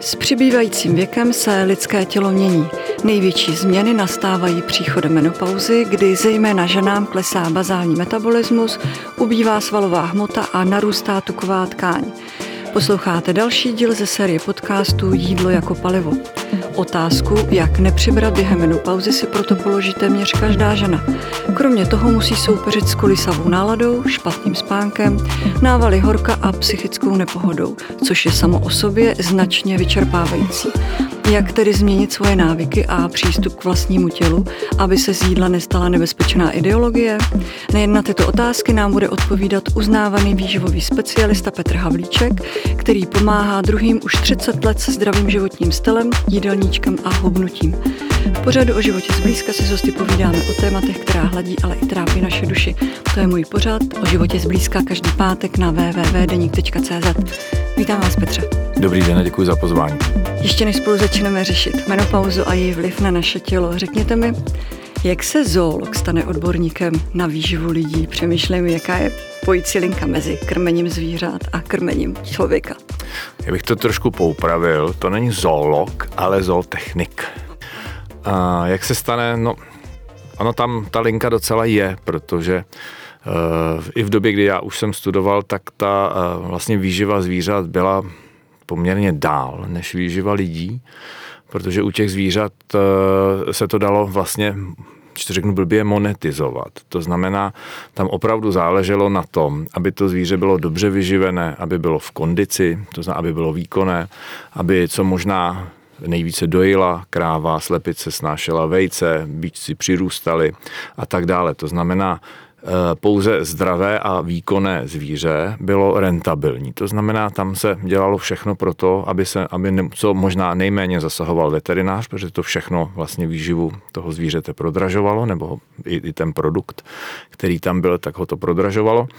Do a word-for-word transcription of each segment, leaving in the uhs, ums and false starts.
S přibývajícím věkem se lidské tělo mění. Největší změny nastávají příchodem menopauzy, kdy zejména ženám klesá bazální metabolismus, ubývá svalová hmota a narůstá tuková tkáň. Posloucháte další díl ze série podcastů Jídlo jako palivo. Otázku, jak nepřibrat během menopauzy, si proto položí téměř každá žena. Kromě toho musí soupeřit s kolísavou náladou, špatným spánkem, návaly horka a psychickou nepohodou, což je samo o sobě značně vyčerpávající. Jak tedy změnit svoje návyky a přístup k vlastnímu tělu, aby se z jídla nestala nebezpečná ideologie? Nejen na tyto otázky nám bude odpovídat uznávaný výživový specialista Petr Havlíček, který pomáhá druhým už třicet let se zdravým životním stylem, jídelníčkem a hubnutím. V pořadu O životě zblízka si s hosty povídáme o tématech, která hladí, ale i trápí naše duši. To je můj pořad O životě zblízka každý pátek na w w w tečka denik tečka c z. Vítám vás, Petře. Dobrý den a děkuji za pozvání. Ještě než spolu začneme řešit menopauzu a její vliv na naše tělo, řekněte mi, jak se zoolog stane odborníkem na výživu lidí? Přemýšlím, jaká je pojící linka mezi krmením zvířat a krmením člověka. Já bych to trošku poupravil. To není zoolog, ale zootechnik. A jak se stane? No, ono tam ta linka docela je, protože uh, i v době, kdy já už jsem studoval, tak ta uh, vlastně výživa zvířat byla poměrně dál než výživa lidí, protože u těch zvířat uh, se to dalo vlastně, když to řeknu blbě, monetizovat. To znamená, tam opravdu záleželo na tom, aby to zvíře bylo dobře vyživené, aby bylo v kondici, to znamená, aby bylo výkonné, aby co možná nejvíce dojila kráva, slepice snášela vejce, býčci přirůstaly a tak dále. To znamená, pouze zdravé a výkonné zvíře bylo rentabilní. To znamená, tam se dělalo všechno pro to, aby se, aby ne, co možná nejméně zasahoval veterinář, protože to všechno vlastně výživu toho zvířete prodražovalo, nebo i, i ten produkt, který tam byl, tak ho to prodražovalo.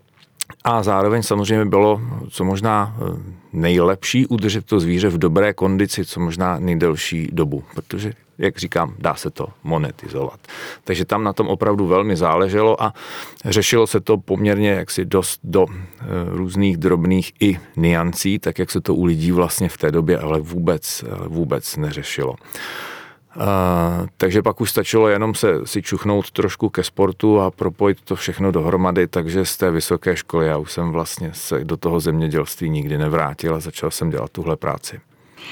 A zároveň samozřejmě bylo co možná nejlepší udržet to zvíře v dobré kondici, co možná nejdelší dobu, protože, jak říkám, dá se to monetizovat. Takže tam na tom opravdu velmi záleželo a řešilo se to poměrně jaksi dost do různých drobných i niancí, tak jak se to u lidí vlastně v té době ale vůbec, vůbec neřešilo. Uh, takže pak už stačilo jenom se si čuchnout trošku ke sportu a propojit to všechno dohromady, takže z té vysoké školy já už jsem vlastně se do toho zemědělství nikdy nevrátil a začal jsem dělat tuhle práci.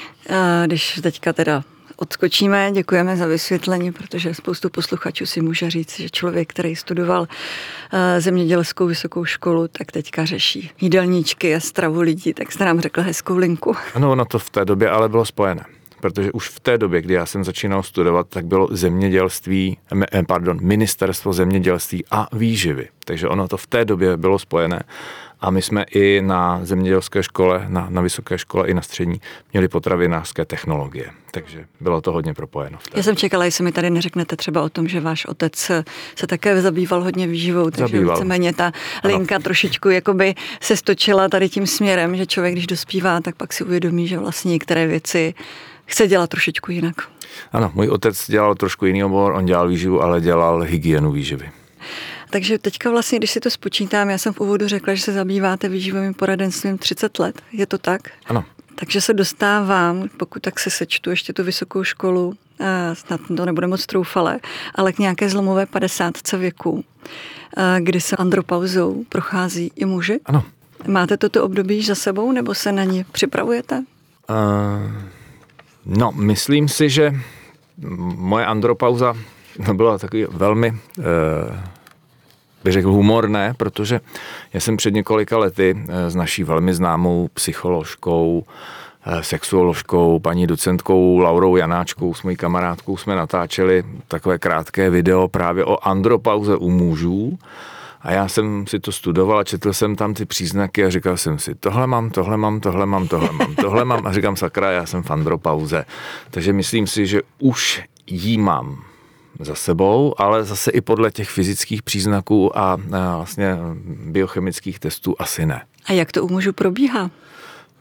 A když teďka teda odskočíme, děkujeme za vysvětlení, protože spoustu posluchačů si může říct, že člověk, který studoval uh, zemědělskou vysokou školu, tak teďka řeší jídelníčky a stravu lidí, tak jste nám řekl hezkou linku. Ano, ono to v té době ale bylo spojené. Protože už v té době, kdy já jsem začínal studovat, tak bylo zemědělství, pardon, ministerstvo zemědělství a výživy. Takže ono to v té době bylo spojené. A my jsme i na zemědělské škole, na, na vysoké škole i na střední měli potravinářské technologie. Takže bylo to hodně propojeno. Já jsem čekala, jestli mi tady neřeknete třeba o tom, že váš otec se také zabýval hodně výživou, takže víceméně ta linka ano. trošičku jakoby se stočila tady tím směrem, že člověk, když dospívá, tak pak si uvědomí, že vlastně některé věci chce dělat trošičku jinak. Ano, můj otec dělal trošku jiný obor, on dělal výživu, ale dělal hygienu výživy. Takže teďka vlastně, když si to spočítám, já jsem v úvodu řekla, že se zabýváte výživovým poradenstvím třicet let. Je to tak? Ano. Takže se dostávám, pokud tak se sečtu ještě tu vysokou školu, snad to nebude moc troufalé, ale k nějaké zlomové padesátce věku, kdy se andropauzou prochází i muži. Ano. Máte toto období již za sebou, nebo se na ní připravujete? Uh... No, myslím si, že moje andropauza byla takový velmi, eh, bych řekl, humorné, protože já jsem před několika lety s naší velmi známou psycholožkou, eh, sexuoložkou, paní docentkou Laurou Janáčkou, s mojí kamarádkou, jsme natáčeli takové krátké video právě o andropauze u mužů. A já jsem si to studoval a četl jsem tam ty příznaky a říkal jsem si, tohle mám, tohle mám, tohle mám, tohle mám, tohle mám a říkám, sakra, já jsem v andropauze. Takže myslím si, že už jí mám za sebou, ale zase i podle těch fyzických příznaků a, a vlastně biochemických testů asi ne. A jak to u mužů probíhá?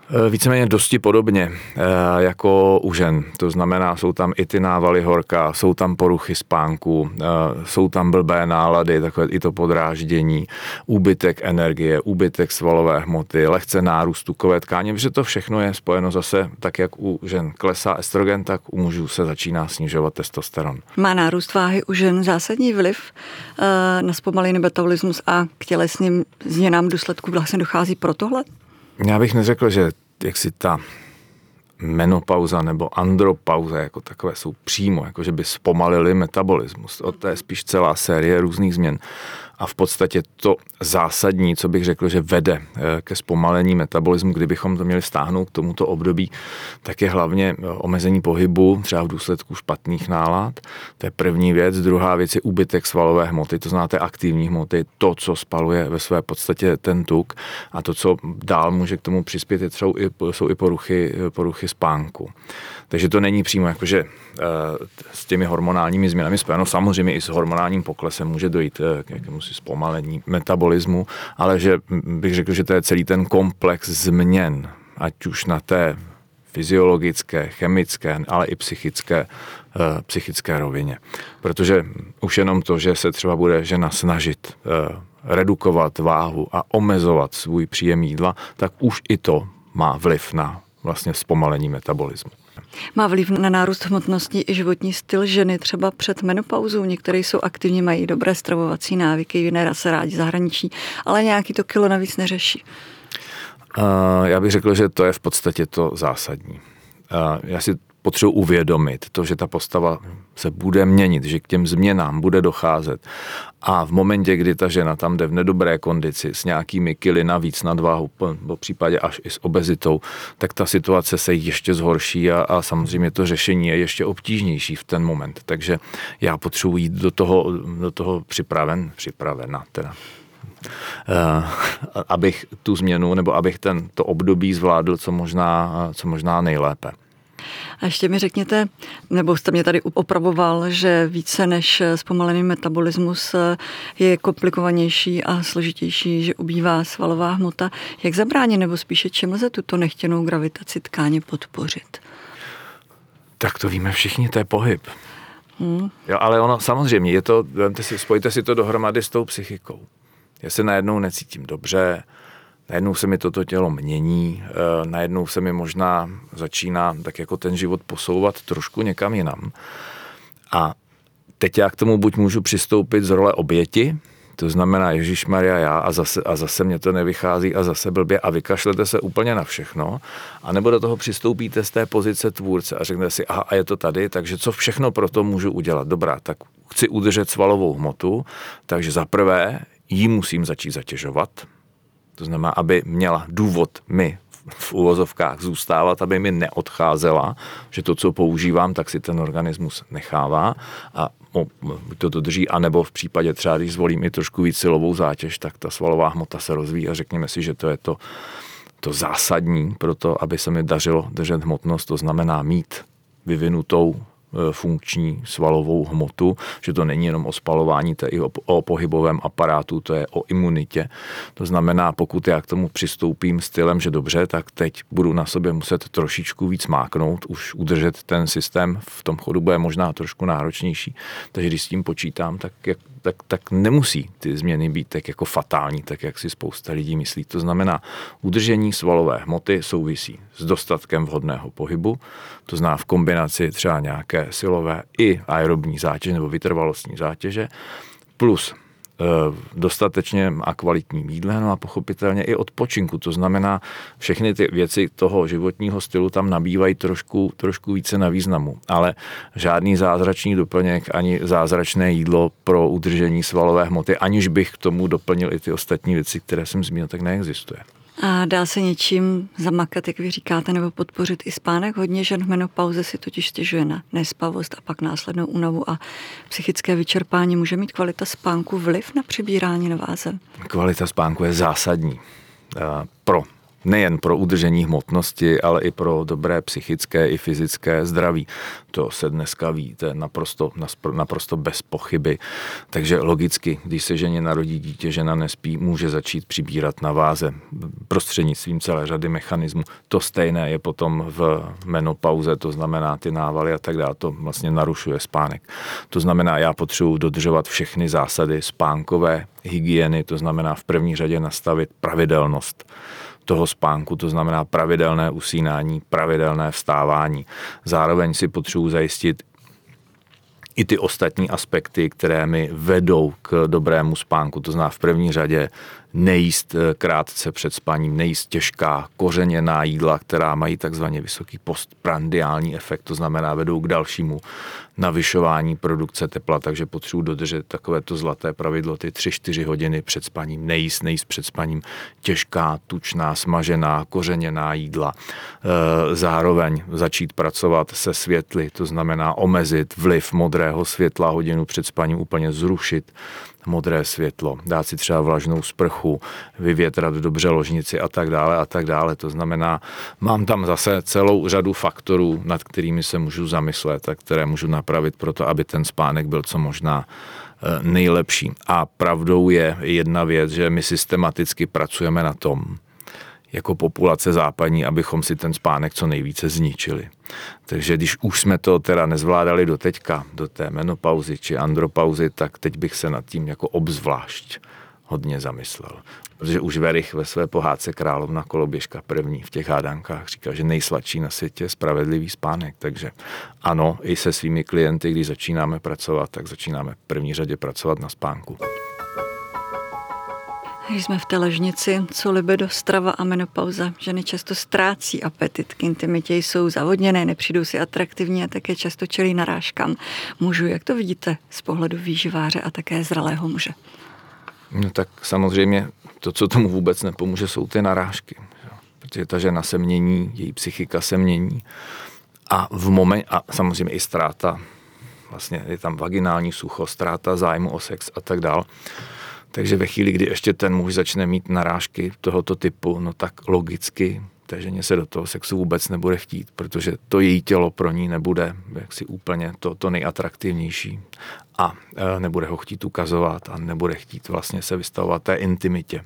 Víceméně dosti podobně jako u žen. To znamená, jsou tam i ty návaly horka, jsou tam poruchy spánku, jsou tam blbé nálady, takové i to podráždění, úbytek energie, úbytek svalové hmoty, lehce nárůst tukové tkáně, protože to všechno je spojeno zase, tak jak u žen klesá estrogen, tak u mužů se začíná snižovat testosteron. Má nárůst váhy u žen zásadní vliv na zpomalený metabolismus a k tělesným změnám důsledků vlastně dochází pro tohle? Já bych neřekl, že jak si ta menopauza nebo andropauza jako takové jsou přímo, jako že by zpomalili metabolismus. To je spíš celá série různých změn. A v podstatě to zásadní, co bych řekl, že vede ke zpomalení metabolismu, kdybychom to měli stáhnout k tomuto období, tak je hlavně omezení pohybu, třeba v důsledku špatných nálad. To je první věc. Druhá věc je úbytek svalové hmoty, to znáte aktivní hmoty, to, co spaluje ve své podstatě ten tuk. A to, co dál může k tomu přispět, je třeba i, jsou i poruchy, poruchy spánku. Takže to není přímo jakože s těmi hormonálními změnami spojeno. Samozřejmě i s hormonálním poklesem může dojít k jakémusi zpomalení metabolismu, ale že bych řekl, že to je celý ten komplex změn, ať už na té fyziologické, chemické, ale i psychické, psychické rovině. Protože už jenom to, že se třeba bude žena snažit redukovat váhu a omezovat svůj příjem jídla, tak už i to má vliv na vlastně zpomalení metabolismu. Má vliv na nárůst hmotnosti i životní styl ženy třeba před menopauzou. Některé jsou aktivně, mají dobré stravovací návyky, jiné se rádi zahraničí, ale nějaký to kilo navíc neřeší. Uh, já bych řekl, že to je v podstatě to zásadní. Uh, já si potřebuji uvědomit to, že ta postava se bude měnit, že k těm změnám bude docházet. A v momentě, kdy ta žena tam jde v nedobré kondici s nějakými kily navíc nadváhu, v případě až i s obezitou, tak ta situace se ještě zhorší a, a samozřejmě to řešení je ještě obtížnější v ten moment. Takže já potřebuji jít do toho, do toho připraven, připravena teda. Uh, abych tu změnu, nebo abych ten, to období zvládl co možná, co možná nejlépe. A ještě mi řekněte, nebo jste mě tady opravoval, že více než zpomalený metabolismus je komplikovanější a složitější, že ubývá svalová hmota. Jak zabránit, nebo spíše čím lze tuto nechtěnou gravitaci tkáně podpořit? Tak to víme všichni, to je pohyb. Hmm. Jo, ale ono samozřejmě, je to, si, spojte si to dohromady s tou psychikou. Já se najednou necítím dobře, najednou se mi toto tělo mění, najednou se mi možná začíná tak jako ten život posouvat trošku někam jinam. A teď já k tomu buď můžu přistoupit z role oběti, to znamená Ježišmarja já a zase, a zase mě to nevychází a zase blbě a vykašlete se úplně na všechno, anebo do toho přistoupíte z té pozice tvůrce a řeknete si, aha, a je to tady, takže co všechno pro to můžu udělat? Dobrá, tak chci udržet svalovou hmotu, takže za prvé jí musím začít zatěžovat. To znamená, aby měla důvod mi v uvozovkách zůstávat, aby mi neodcházela, že to, co používám, tak si ten organismus nechává a to dodrží, anebo v případě třeba, když zvolím i trošku víc silovou zátěž, tak ta svalová hmota se rozvíjí a řekněme si, že to je to, to zásadní pro to, aby se mi dařilo držet hmotnost, to znamená mít vyvinutou funkční svalovou hmotu, že to není jenom o spalování, to je i o, o pohybovém aparátu, to je o imunitě. To znamená, pokud já k tomu přistoupím stylem, že dobře, tak teď budu na sobě muset trošičku víc máknout, už udržet ten systém v tom chodu bude možná trošku náročnější. Takže když s tím počítám, tak, jak, tak, tak nemusí ty změny být tak jako fatální, tak jak si spousta lidí myslí. To znamená, udržení svalové hmoty souvisí s dostatkem vhodného pohybu, to znamená v kombinaci třeba nějaké silové i aerobní zátěže nebo vytrvalostní zátěže, plus e, dostatečně a kvalitní jídle, no a pochopitelně i odpočinku. To znamená, všechny ty věci toho životního stylu tam nabývají trošku, trošku více na významu, ale žádný zázračný doplněk ani zázračné jídlo pro udržení svalové hmoty, aniž bych k tomu doplnil i ty ostatní věci, které jsem zmínil, tak neexistuje. A dá se něčím zamakat, jak vy říkáte, nebo podpořit i spánek? Hodně žen v menopauze si totiž stěžuje na nespavost a pak následnou únavu a psychické vyčerpání. Může mít kvalita spánku vliv na přibírání na váze? Kvalita spánku je zásadní pro Nejen pro udržení hmotnosti, ale i pro dobré psychické i fyzické zdraví. To se dneska ví, to je naprosto, naprosto bez pochyby. Takže logicky, když se ženě narodí dítě, žena nespí, může začít přibírat na váze prostřednictvím celé řady mechanismů. To stejné je potom v menopauze, to znamená ty návaly a tak dále, to vlastně narušuje spánek. To znamená, já potřebuji dodržovat všechny zásady spánkové hygieny, to znamená v první řadě nastavit pravidelnost toho spánku, to znamená pravidelné usínání, pravidelné vstávání. Zároveň si potřebuji zajistit i ty ostatní aspekty, které mi vedou k dobrému spánku. To znamená v první řadě nejíst krátce před spaním, nejíst těžká kořeněná jídla, která mají takzvaně vysoký postprandiální efekt, to znamená vedou k dalšímu navyšování produkce tepla, takže potřebuji dodržet takovéto zlaté pravidlo, ty tři čtyři hodiny před spaním, nejíst, nejíst před spaním těžká, tučná, smažená, kořeněná jídla. Zároveň začít pracovat se světly, to znamená omezit vliv modrého světla hodinu před spaním, úplně zrušit modré světlo, dát si třeba vlažnou sprchu, vyvětrat dobře ložnici a tak dále a tak dále. To znamená, mám tam zase celou řadu faktorů, nad kterými se můžu zamyslet a které můžu napravit pro to, aby ten spánek byl co možná nejlepší. A pravdou je jedna věc, že my systematicky pracujeme na tom, jako populace západní, abychom si ten spánek co nejvíce zničili. Takže když už jsme to teda nezvládali do teďka, do té menopauzy či andropauzy, tak teď bych se nad tím jako obzvlášť hodně zamyslel. Protože už Verich ve své pohádce Královna koloběžka první v těch hádankách říkal, že nejsladší na světě je spravedlivý spánek. Takže ano, i se svými klienty, když začínáme pracovat, tak začínáme v první řadě pracovat na spánku. Když jsme v té ložnici, co libido, strava a menopauza. Ženy často ztrácí apetit, k intimitě jsou zavodněné, nepřijdou si atraktivní a také často čelí narážkám mužů. Jak to vidíte z pohledu výživáře a také zralého muže? No tak samozřejmě to, co tomu vůbec nepomůže, jsou ty narážky. Protože ta žena se mění, její psychika se mění a v moment, a samozřejmě i ztráta, vlastně je tam vaginální sucho, ztráta zájmu o sex a tak dál. Takže ve chvíli, kdy ještě ten muž začne mít narážky tohoto typu, no tak logicky té ženě se do toho sexu vůbec nebude chtít, protože to její tělo pro ní nebude jaksi úplně to, to nejatraktivnější a e, nebude ho chtít ukazovat a nebude chtít vlastně se vystavovat té intimitě.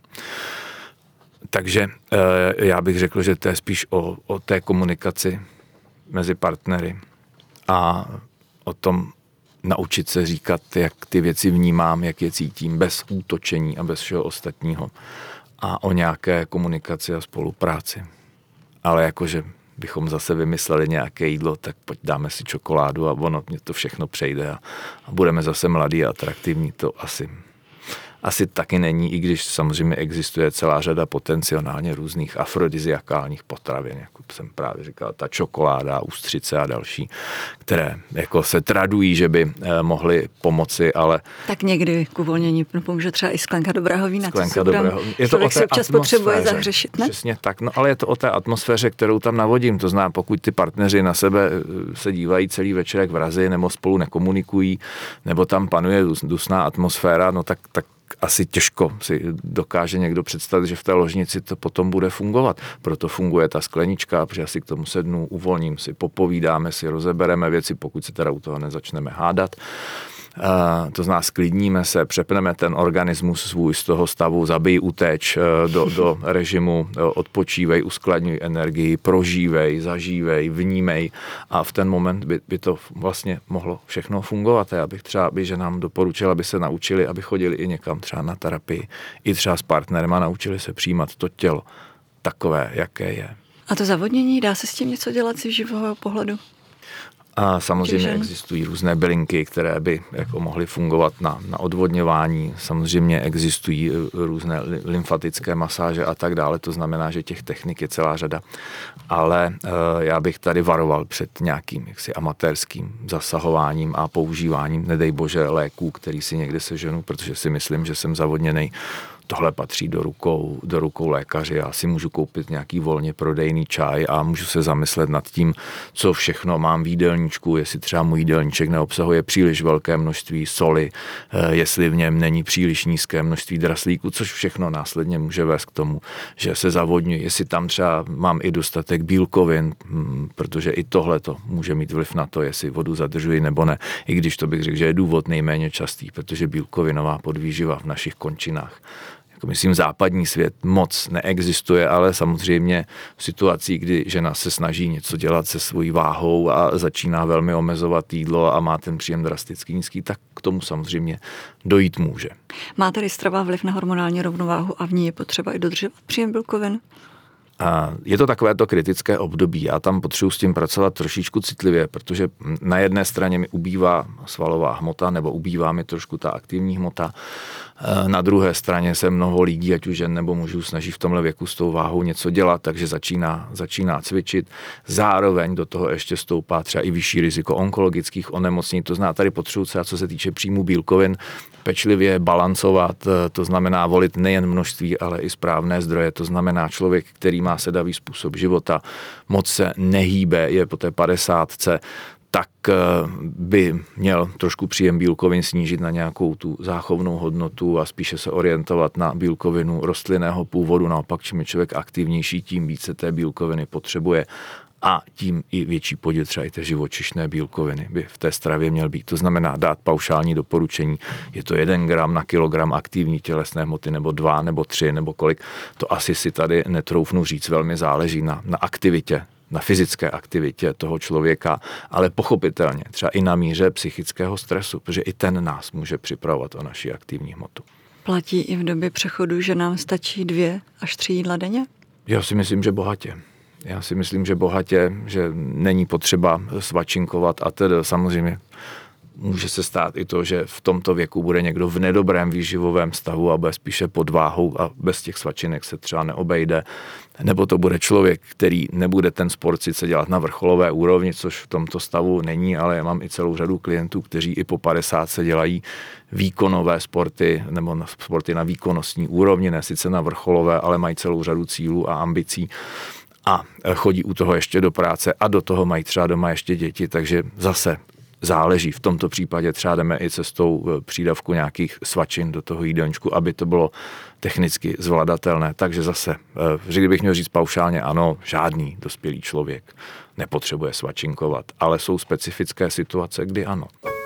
Takže e, já bych řekl, že to je spíš o, o té komunikaci mezi partnery a o tom naučit se říkat, jak ty věci vnímám, jak je cítím, bez útočení a bez všeho ostatního. A o nějaké komunikaci a spolupráci. Ale jakože bychom zase vymysleli nějaké jídlo, tak pojď dáme si čokoládu a ono mě to všechno přejde a, a budeme zase mladí a atraktivní, to asi... Asi taky není, i když samozřejmě existuje celá řada potenciálně různých afrodiziakálních potravin, jako jsem právě říkal, ta čokoláda, ústřice a další, které jako se tradují, že by mohly pomoci, ale... Tak někdy k uvolnění pomůže třeba i sklenka dobrého vína. Sklenka dobrého. Je to o té se občas potřebuje zahřešit, ne? Přesně tak, no ale je to o té atmosféře, kterou tam navodím. To znamená, pokud ty partneři na sebe se dívají celý večer jak vrazi, nebo spolu nekomunikují, nebo tam panuje dusná atmosféra, no tak, tak asi těžko si dokáže někdo představit, že v té ložnici to potom bude fungovat. Proto funguje ta sklenička, protože asi k tomu sednu, uvolním si, popovídáme si, rozebereme věci, pokud se teda u toho nezačneme hádat. Uh, to znamená, sklidníme se, přepneme ten organismus svůj z toho stavu, zabij, uteč uh, do, do režimu, uh, odpočívej, uskladňuj energii, prožívej, zažívej, vnímej a v ten moment by, by to vlastně mohlo všechno fungovat. Já bych třeba, by, že nám doporučil, aby se naučili, aby chodili i někam třeba na terapii, i třeba s partnerem a naučili se přijímat to tělo takové, jaké je. A to zavodnění, dá se s tím něco dělat z živého pohledu? A samozřejmě existují různé bylinky, které by jako mohly fungovat na, na odvodňování. Samozřejmě existují různé lymfatické masáže a tak dále. To znamená, že těch technik je celá řada. Ale e, já bych tady varoval před nějakým jaksi amatérským zasahováním a používáním, nedej bože, léků, který si někde seženu, protože si myslím, že jsem zavodněnej. tohle patří do rukou, do rukou lékaře. Já si můžu koupit nějaký volně prodejný čaj a můžu se zamyslet nad tím, co všechno mám v jídelníčku, jestli třeba můj jídelníček neobsahuje příliš velké množství soli, jestli v něm není příliš nízké množství draslíku, což všechno následně může vést k tomu, že se zavodňuji, jestli tam třeba mám i dostatek bílkovin, protože i tohle to může mít vliv na to, jestli vodu zadržuji nebo ne, i když to bych řekl, že je důvod nejméně častý, protože bílkovinová podvýživa v našich končinách, jako myslím, západní svět moc neexistuje, ale samozřejmě v situaci, kdy žena se snaží něco dělat se svojí váhou a začíná velmi omezovat jídlo a má ten příjem drasticky nízký, tak k tomu samozřejmě dojít může. Má tedy strava vliv na hormonální rovnováhu a v ní je potřeba i dodržovat příjem bílkovin? Je to takové to kritické období. Já tam potřebuji s tím pracovat trošičku citlivě, protože na jedné straně mi ubývá svalová hmota nebo ubývá mi trošku ta aktivní hmota. Na druhé straně se mnoho lidí, ať už žen nebo mužů, snaží v tomhle věku s tou váhou něco dělat, takže začíná, začíná cvičit. Zároveň do toho ještě stoupá třeba i vyšší riziko onkologických onemocnění. To znamená, tady potřebuji třeba, co se týče příjmu bílkovin, pečlivě balancovat, to znamená volit nejen množství, ale i správné zdroje. To znamená člověk, který má sedavý způsob života, moc se nehýbe, je po té padesátce, tak by měl trošku příjem bílkovin snížit na nějakou tu záchovnou hodnotu a spíše se orientovat na bílkovinu rostlinného původu. Naopak, čím je člověk aktivnější, tím více té bílkoviny potřebuje a tím i větší podíl třeba i té živočišné bílkoviny by v té stravě měl být. To znamená dát paušální doporučení. Je to jeden gram na kilogram aktivní tělesné hmoty, nebo dva, nebo tři, nebo kolik. To asi si tady netroufnu říct, velmi záleží na, na aktivitě, na fyzické aktivitě toho člověka, ale pochopitelně třeba i na míře psychického stresu, protože i ten nás může připravovat o naši aktivní hmotu. Platí i v době přechodu, že nám stačí dvě až tři jídla denně? Já si myslím, že bohatě. Já si myslím, že bohatě, že není potřeba svačinkovat a tedy samozřejmě může se stát i to, že v tomto věku bude někdo v nedobrém výživovém stavu a bude spíše pod váhou a bez těch svačinek se třeba neobejde. Nebo to bude člověk, který nebude ten sport sice dělat na vrcholové úrovni, což v tomto stavu není, ale já mám i celou řadu klientů, kteří i po padesátce dělají výkonové sporty nebo sporty na výkonnostní úrovni, ne sice na vrcholové, ale mají celou řadu cílů a ambicí. A chodí u toho ještě do práce a do toho mají třeba doma ještě děti, takže zase záleží. V tomto případě třeba jdeme i cestou přídavku nějakých svačin do toho jídelníčku, aby to bylo technicky zvladatelné. Takže zase, kdybych měl říct paušálně, ano, žádný dospělý člověk nepotřebuje svačinkovat, ale jsou specifické situace, kdy ano.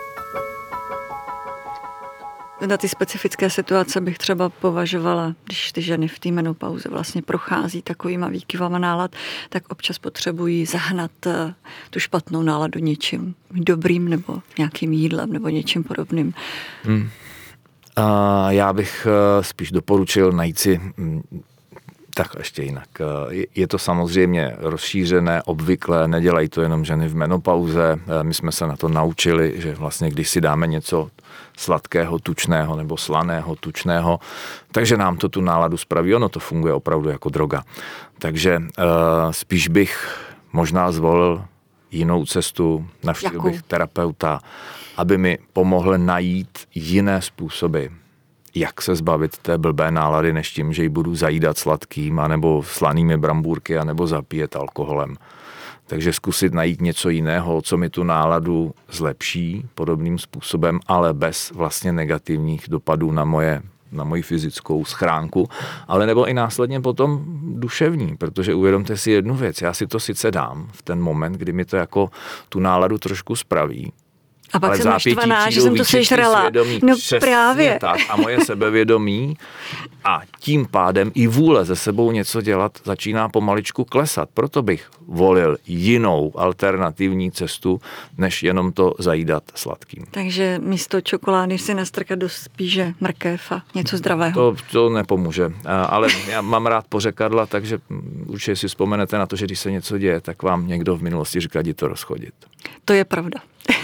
Na ty specifické situace bych třeba považovala, když ty ženy v té menopauze vlastně prochází takovýma výkyvama nálad, tak občas potřebují zahnat tu špatnou náladu něčím dobrým nebo nějakým jídlem nebo něčím podobným. Hmm. A já bych spíš doporučil najít si tak ještě jinak. Je to samozřejmě rozšířené, obvyklé, nedělají to jenom ženy v menopauze. My jsme se na to naučili, že vlastně když si dáme něco sladkého, tučného nebo slaného, tučného, takže nám to tu náladu spraví. Ono to funguje opravdu jako droga. Takže spíš bych možná zvolil jinou cestu, navštívil bych terapeuta, aby mi pomohl najít jiné způsoby, jak se zbavit té blbé nálady, než tím, že ji budu zajídat sladkým, anebo slanými brambůrky, anebo zapíjet alkoholem. Takže zkusit najít něco jiného, co mi tu náladu zlepší podobným způsobem, ale bez vlastně negativních dopadů na moje, na moji fyzickou schránku, ale nebo i následně potom duševní, protože uvědomte si jednu věc, já si to sice dám v ten moment, kdy mi to jako tu náladu trošku spraví, a pak jsem naštvaná, že jsem to sežrala. No právě. Tak, a moje sebevědomí a tím pádem i vůle ze sebou něco dělat začíná pomaličku klesat. Proto bych volil jinou alternativní cestu, než jenom to zajídat sladkým. Takže místo čokolády si nastrkat do spíše mrkev a něco zdravého. To, to nepomůže. Ale já mám rád pořekadla, takže určitě si vzpomenete na to, že když se něco děje, tak vám někdo v minulosti říká, jdi to rozchodit. To je pravda.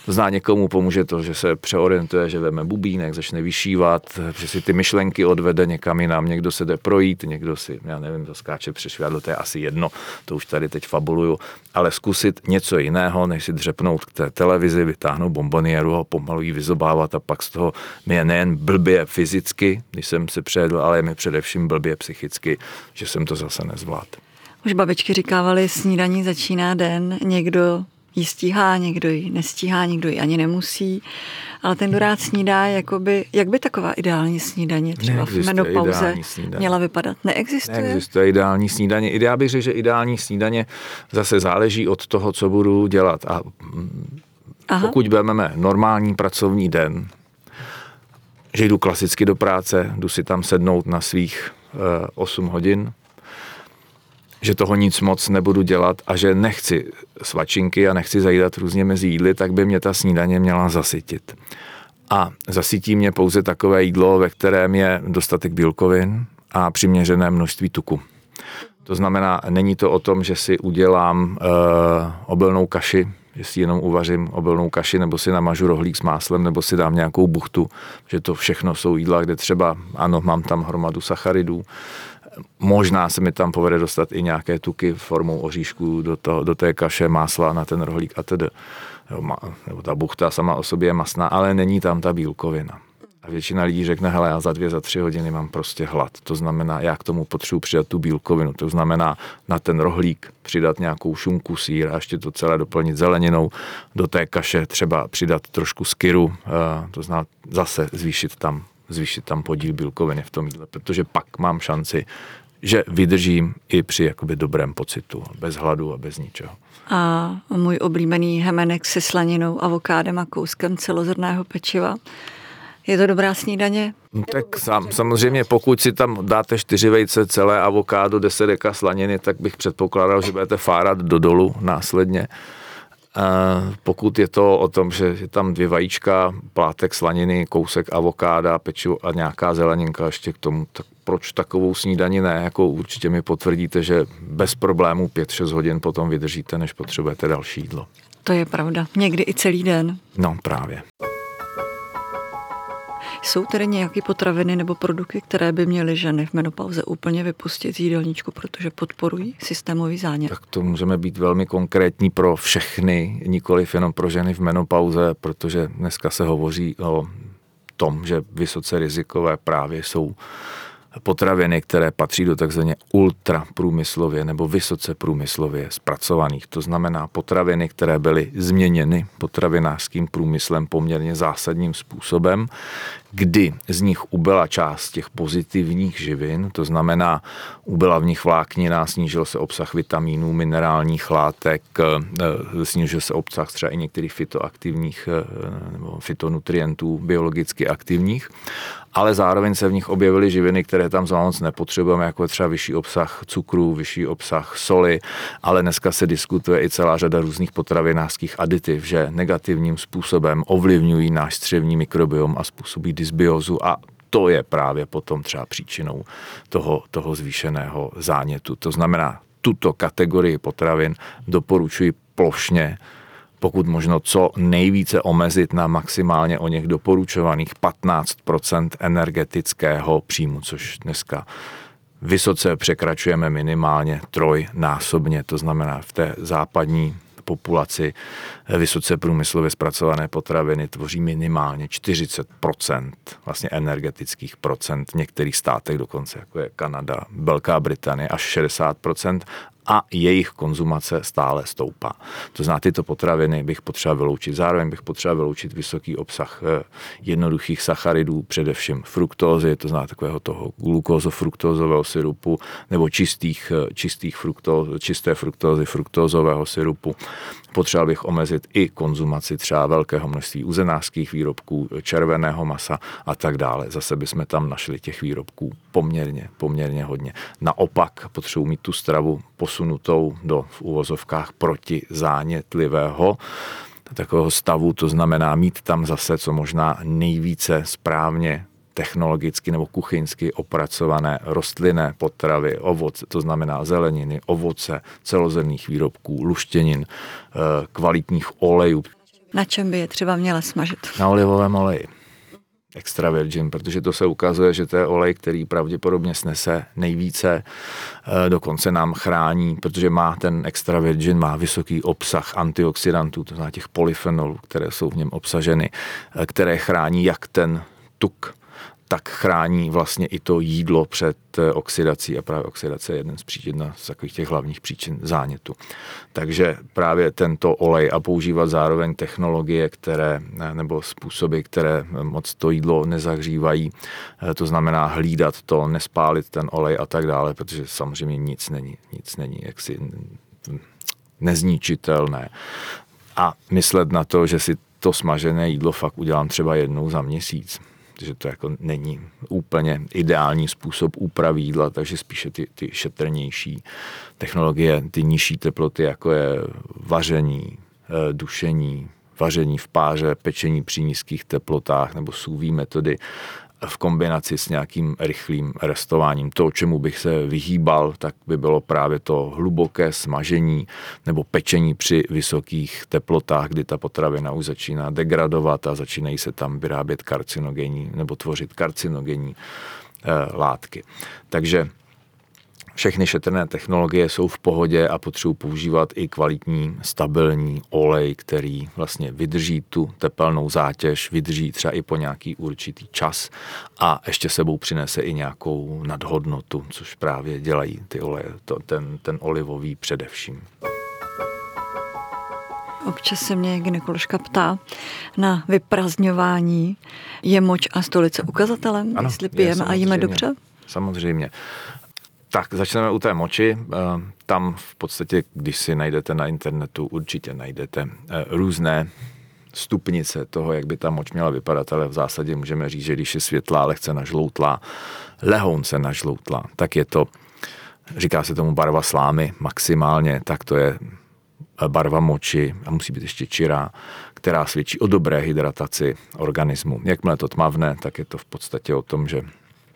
Zná někomu pomůže to, že se přeorientuje, že veme bubínek, začne vyšívat, že si ty myšlenky odvede někam jinam, někdo se jde projít, někdo si, já nevím, zaskáče přes švádlo, to je asi jedno, to už tady teď fabuluju, ale zkusit něco jiného, než si dřepnout k té televizi, vytáhnout bomboniéru a pomalu ji vyzobávat a pak z toho mi je nejen blbě fyzicky, když jsem se přejedl, ale je mi především blbě psychicky, že jsem to zase nezvládl. Už babičky říkávaly, snídaní začíná den, někdo ji stíhá, někdo ji nestíhá, někdo ji ani nemusí, ale ten, kdo rád snídá, jakoby, jak by taková ideální snídaně třeba v menopauze měla vypadat? Neexistuje? Neexistuje ideální snídaně. Já bych řekl, že ideální snídaně zase záleží od toho, co budu dělat. A Aha. pokud vezmeme normální pracovní den, že jdu klasicky do práce, jdu si tam sednout na svých uh, osm hodin, že toho nic moc nebudu dělat a že nechci svačinky a nechci zajídat různě mezi jídly, tak by mě ta snídaně měla zasytit. A zasytí mě pouze takové jídlo, ve kterém je dostatek bílkovin a přiměřené množství tuku. To znamená, není to o tom, že si udělám e, obilnou kaši, že si jenom uvařím obilnou kaši, nebo si namažu rohlík s máslem, nebo si dám nějakou buchtu, že to všechno jsou jídla, kde třeba, ano, mám tam hromadu sacharidů, možná se mi tam povede dostat i nějaké tuky formou oříšků do, to, do té kaše, másla na ten rohlík a tedy. Nebo ta buchta sama o sobě je masná, ale není tam ta bílkovina. A většina lidí řekne, hele, já za dvě, za tři hodiny mám prostě hlad. To znamená, já k tomu potřebuji přidat tu bílkovinu. To znamená na ten rohlík přidat nějakou šunku, sýr a ještě to celé doplnit zeleninou. Do té kaše třeba přidat trošku skyru, to znamená zase zvýšit tam zvýšit tam podíl bílkoviny v tom jídle, protože pak mám šanci, že vydržím i při jakoby dobrém pocitu, bez hladu a bez ničeho. A můj oblíbený hemenek se slaninou, avokádem a kouskem celozrnného pečiva. Je to dobrá snídaně? Tak sam, samozřejmě, pokud si tam dáte čtyři vejce, celé avokádo, deset deka slaniny, tak bych předpokládal, že budete fárat do dolu následně. Pokud je to o tom, že je tam dvě vajíčka, plátek slaniny, kousek avokáda, pečivo a nějaká zeleninka ještě k tomu, tak proč takovou snídani ne? Jako určitě mi potvrdíte, že bez problémů pět šest hodin potom vydržíte, než potřebujete další jídlo. To je pravda. Někdy i celý den. No právě. Jsou tedy nějaké potraviny nebo produkty, které by měly ženy v menopauze úplně vypustit z jídelníčku, protože podporují systémový zánět? Tak to můžeme být velmi konkrétní pro všechny, nikoliv jenom pro ženy v menopauze, protože dneska se hovoří o tom, že vysoce rizikové právě jsou potraviny, které patří do takzvaně ultraprůmyslově nebo vysoce průmyslově zpracovaných. To znamená potraviny, které byly změněny potravinářským průmyslem poměrně zásadním způsobem, kdy z nich ubyla část těch pozitivních živin, to znamená ubyla v nich vláknina, snížil se obsah vitamínů, minerálních látek, snížil se obsah třeba i některých fytoaktivních nebo fytonutrientů biologicky aktivních, ale zároveň se v nich objevily živiny, které tam za moc nepotřebujeme, jako třeba vyšší obsah cukru, vyšší obsah soli, ale dneska se diskutuje i celá řada různých potravinářských aditiv, že negativním způsobem ovlivňují náš střevní mikrobiom a způsobí dysbiózu a to je právě potom třeba příčinou toho, toho zvýšeného zánětu. To znamená, tuto kategorii potravin doporučuji plošně, pokud možno co nejvíce omezit na maximálně o něch doporučovaných patnáct procent energetického příjmu, což dneska vysoce překračujeme minimálně trojnásobně, to znamená v té západní populaci vysoce průmyslově zpracované potraviny tvoří minimálně čtyřicet procent vlastně energetických procent, v některých státech dokonce, jako je Kanada, Velká Británie, až šedesát procent a jejich konzumace stále stoupá. To znamená, tyto potraviny bych potřeba vyloučit. Zároveň bych potřeba vyloučit vysoký obsah jednoduchých sacharidů, především fruktózy, to znamená takového toho glukózofruktózového syrupu, nebo čistých, čistých fruktóz, čisté fruktózy, fruktózového syrupu. Potřeba bych omezit i konzumaci třeba velkého množství uzenářských výrobků, červeného masa a tak dále. Zase bychom tam našli těch výrobků poměrně, poměrně hodně. Naopak potřebuji mít tu stravu posunutou do v uvozovkách protizánětlivého takového stavu, to znamená mít tam zase co možná nejvíce správně technologicky nebo kuchyňsky opracované rostlinné potravy, ovoce, to znamená zeleniny, ovoce, celozrnných výrobků, luštěnin, kvalitních olejů. Na čem by je třeba měla smažit? Na olivovém oleji. Extra virgin, protože to se ukazuje, že to je olej, který pravděpodobně snese nejvíce, dokonce nám chrání, protože má ten extra virgin, má vysoký obsah antioxidantů, to znamená těch polyfenolů, které jsou v něm obsaženy, které chrání jak ten tuk, tak chrání vlastně i to jídlo před oxidací a právě oxidace je jeden z příčin, jedna z takových těch hlavních příčin zánětu. Takže právě tento olej a používat zároveň technologie, které, nebo způsoby, které moc to jídlo nezahřívají, to znamená hlídat to, nespálit ten olej a tak dále, protože samozřejmě nic není, nic není jaksi nezničitelné. A myslet na to, že si to smažené jídlo fakt udělám třeba jednou za měsíc, že to jako není úplně ideální způsob úpravy jídla, takže spíše ty, ty šetrnější technologie, ty nižší teploty, jako je vaření, dušení, vaření v páře, pečení při nízkých teplotách nebo sous vide metody v kombinaci s nějakým rychlým restováním. To, čemu bych se vyhýbal, tak by bylo právě to hluboké smažení nebo pečení při vysokých teplotách, kdy ta potravina už začíná degradovat a začínají se tam vyrábět karcinogenní nebo tvořit karcinogenní eh, látky. Takže všechny šetrné technologie jsou v pohodě a potřebují používat i kvalitní, stabilní olej, který vlastně vydrží tu tepelnou zátěž, vydrží třeba i po nějaký určitý čas a ještě sebou přinese i nějakou nadhodnotu, což právě dělají ty oleje, to, ten, ten olivový především. Občas se mě gynekoložka ptá na vyprazňování. Je moč a stolice ukazatelem, ano, jestli pijeme a jíme dobře? Samozřejmě. Tak, začneme u té moči. Tam v podstatě, když si najdete na internetu, určitě najdete různé stupnice toho, jak by ta moč měla vypadat, ale v zásadě můžeme říct, že když je světlá, lehce nažloutlá, lehonce nažloutlá, tak je to, říká se tomu barva slámy maximálně, tak to je barva moči a musí být ještě čirá, která svědčí o dobré hydrataci organismu. Jakmile to tmavne, tak je to v podstatě o tom, že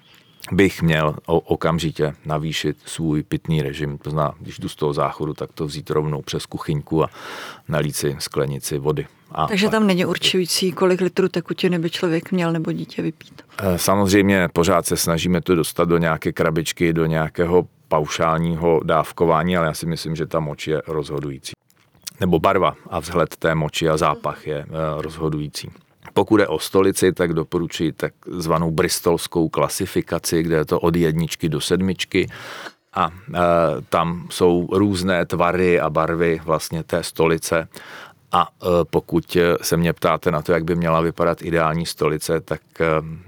bych měl okamžitě navýšit svůj pitný režim. To znamená, když jdu z toho záchodu, tak to vzít rovnou přes kuchyňku a nalít si sklenici vody. A Takže tam není určující, kolik litrů tekutiny by člověk měl nebo dítě vypít? Samozřejmě pořád se snažíme to dostat do nějaké krabičky, do nějakého paušálního dávkování, ale já si myslím, že ta moč je rozhodující. Nebo barva a vzhled té moči a zápach je rozhodující. Pokud je o stolici, tak doporučuji takzvanou bristolskou klasifikaci, kde je to od jedničky do sedmičky a e, tam jsou různé tvary a barvy vlastně té stolice. A e, pokud se mě ptáte na to, jak by měla vypadat ideální stolice, tak e,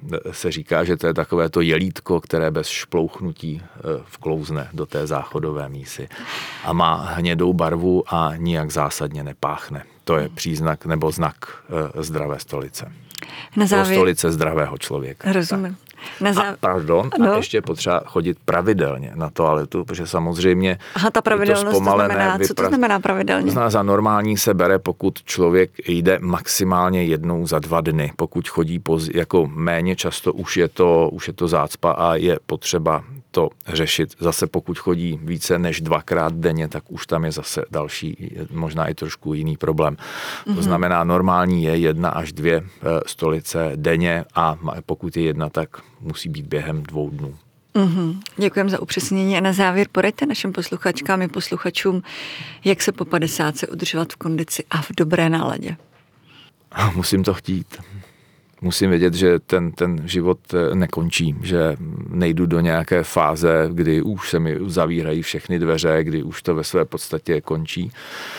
se říká, že to je takové to jelítko, které bez šplouchnutí e, vklouzne do té záchodové mísy a má hnědou barvu a nijak zásadně nepáchne. To je příznak nebo znak e, zdravé stolice. Na závěr... stolice zdravého člověka. Rozumím. Na závěr... A pardon, no. a ještě potřeba chodit pravidelně na toaletu, protože samozřejmě Aha, ta pravidelnost, to, to znamená, vypra... co to znamená pravidelně? To znamená, za normální se bere, pokud člověk jde maximálně jednou za dva dny. Pokud chodí poz... jako méně často, už je to, už je to zácpa a je potřeba to řešit. Zase pokud chodí více než dvakrát denně, tak už tam je zase další, možná i trošku jiný problém. Mm-hmm. To znamená, normální je jedna až dvě stolice denně a pokud je jedna, tak musí být během dvou dnů. Mm-hmm. Děkujeme za upřesnění a na závěr poraďte našim posluchačkám i posluchačům, jak se po padesátce udržovat v kondici a v dobré náladě. Musím to chtít. Musím vědět, že ten, ten život nekončí, že nejdu do nějaké fáze, kdy už se mi zavírají všechny dveře, kdy už to ve své podstatě končí.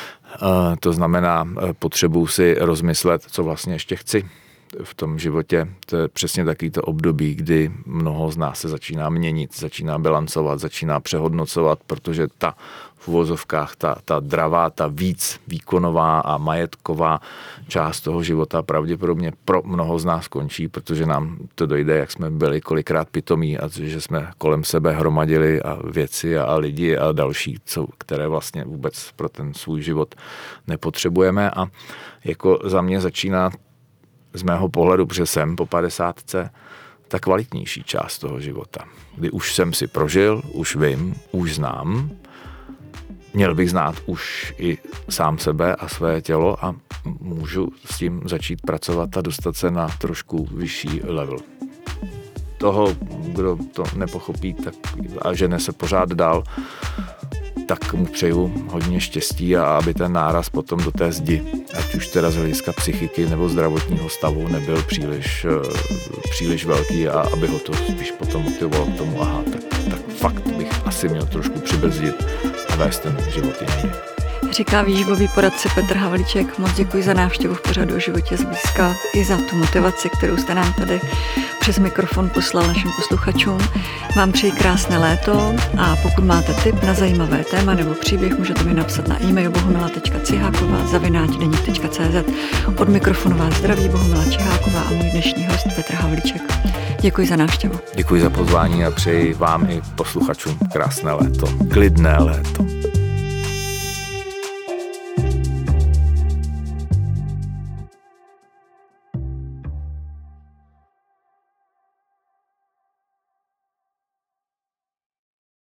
To znamená, potřebuji si rozmyslet, co vlastně ještě chci v tom životě. To je přesně takovýto období, kdy mnoho z nás se začíná měnit, začíná bilancovat, začíná přehodnocovat, protože ta v uvozovkách, ta, ta dravá, ta víc výkonová a majetková část toho života pravděpodobně pro mnoho z nás končí, protože nám to dojde, jak jsme byli kolikrát pitomí a že jsme kolem sebe hromadili a věci a, a lidi a další, co, které vlastně vůbec pro ten svůj život nepotřebujeme a jako za mě začíná z mého pohledu, protože jsem po padesátce, ta kvalitnější část toho života, kdy už jsem si prožil, už vím, už znám, měl bych znát už i sám sebe a své tělo a můžu s tím začít pracovat a dostat se na trošku vyšší level. Toho, kdo to nepochopí tak, a žene se pořád dál, tak mu přeju hodně štěstí a aby ten náraz potom do té zdi, ať už teda z hlediska psychiky nebo zdravotního stavu, nebyl příliš, příliš velký a aby ho to spíš potom motivovalo k tomu, aha, tak, tak fakt bych asi měl trošku přibrzdit a vést ten život jiný. Říká výživový poradce Petr Havlíček. Moc děkuji za návštěvu v pořadu O životě zblízka i za tu motivaci, kterou jste nám tady přes mikrofon poslal našim posluchačům. Vám přeji krásné léto a pokud máte tip na zajímavé téma nebo příběh, můžete mi napsat na e-mail bohumila tečka ciháková zavináč deník tečka cé zet. Od mikrofonu vás zdraví Bohumila Čiháková a můj dnešní host Petr Havlíček. Děkuji za návštěvu. Děkuji za pozvání a přeji vám i posluchačům krásné léto, klidné léto.